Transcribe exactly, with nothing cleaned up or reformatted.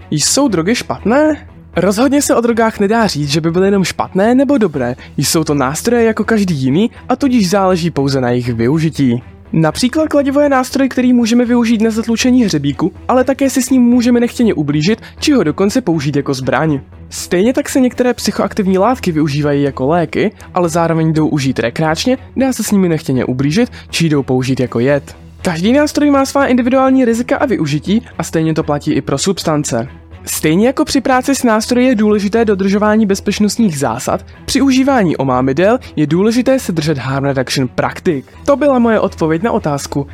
Jsou drogy špatné? Rozhodně se o drogách nedá říct, že by byly jenom špatné nebo dobré. Jsou to nástroje jako každý jiný a tudíž záleží pouze na jejich využití. Například kladivo je nástroj, který můžeme využít na zatlučení hřebíku, ale také si s ním můžeme nechtěně ublížit, či ho dokonce použít jako zbraň. Stejně tak se některé psychoaktivní látky využívají jako léky, ale zároveň jdou užít rekreačně, dá se s nimi nechtěně ublížit, či jdou použít jako jed. Každý nástroj má svá individuální rizika a využití a stejně to platí i pro substance. Stejně jako při práci s nástroji je důležité dodržování bezpečnostních zásad, při užívání omámidel je důležité se držet harm reduction praktik. To byla moje odpověď na otázku,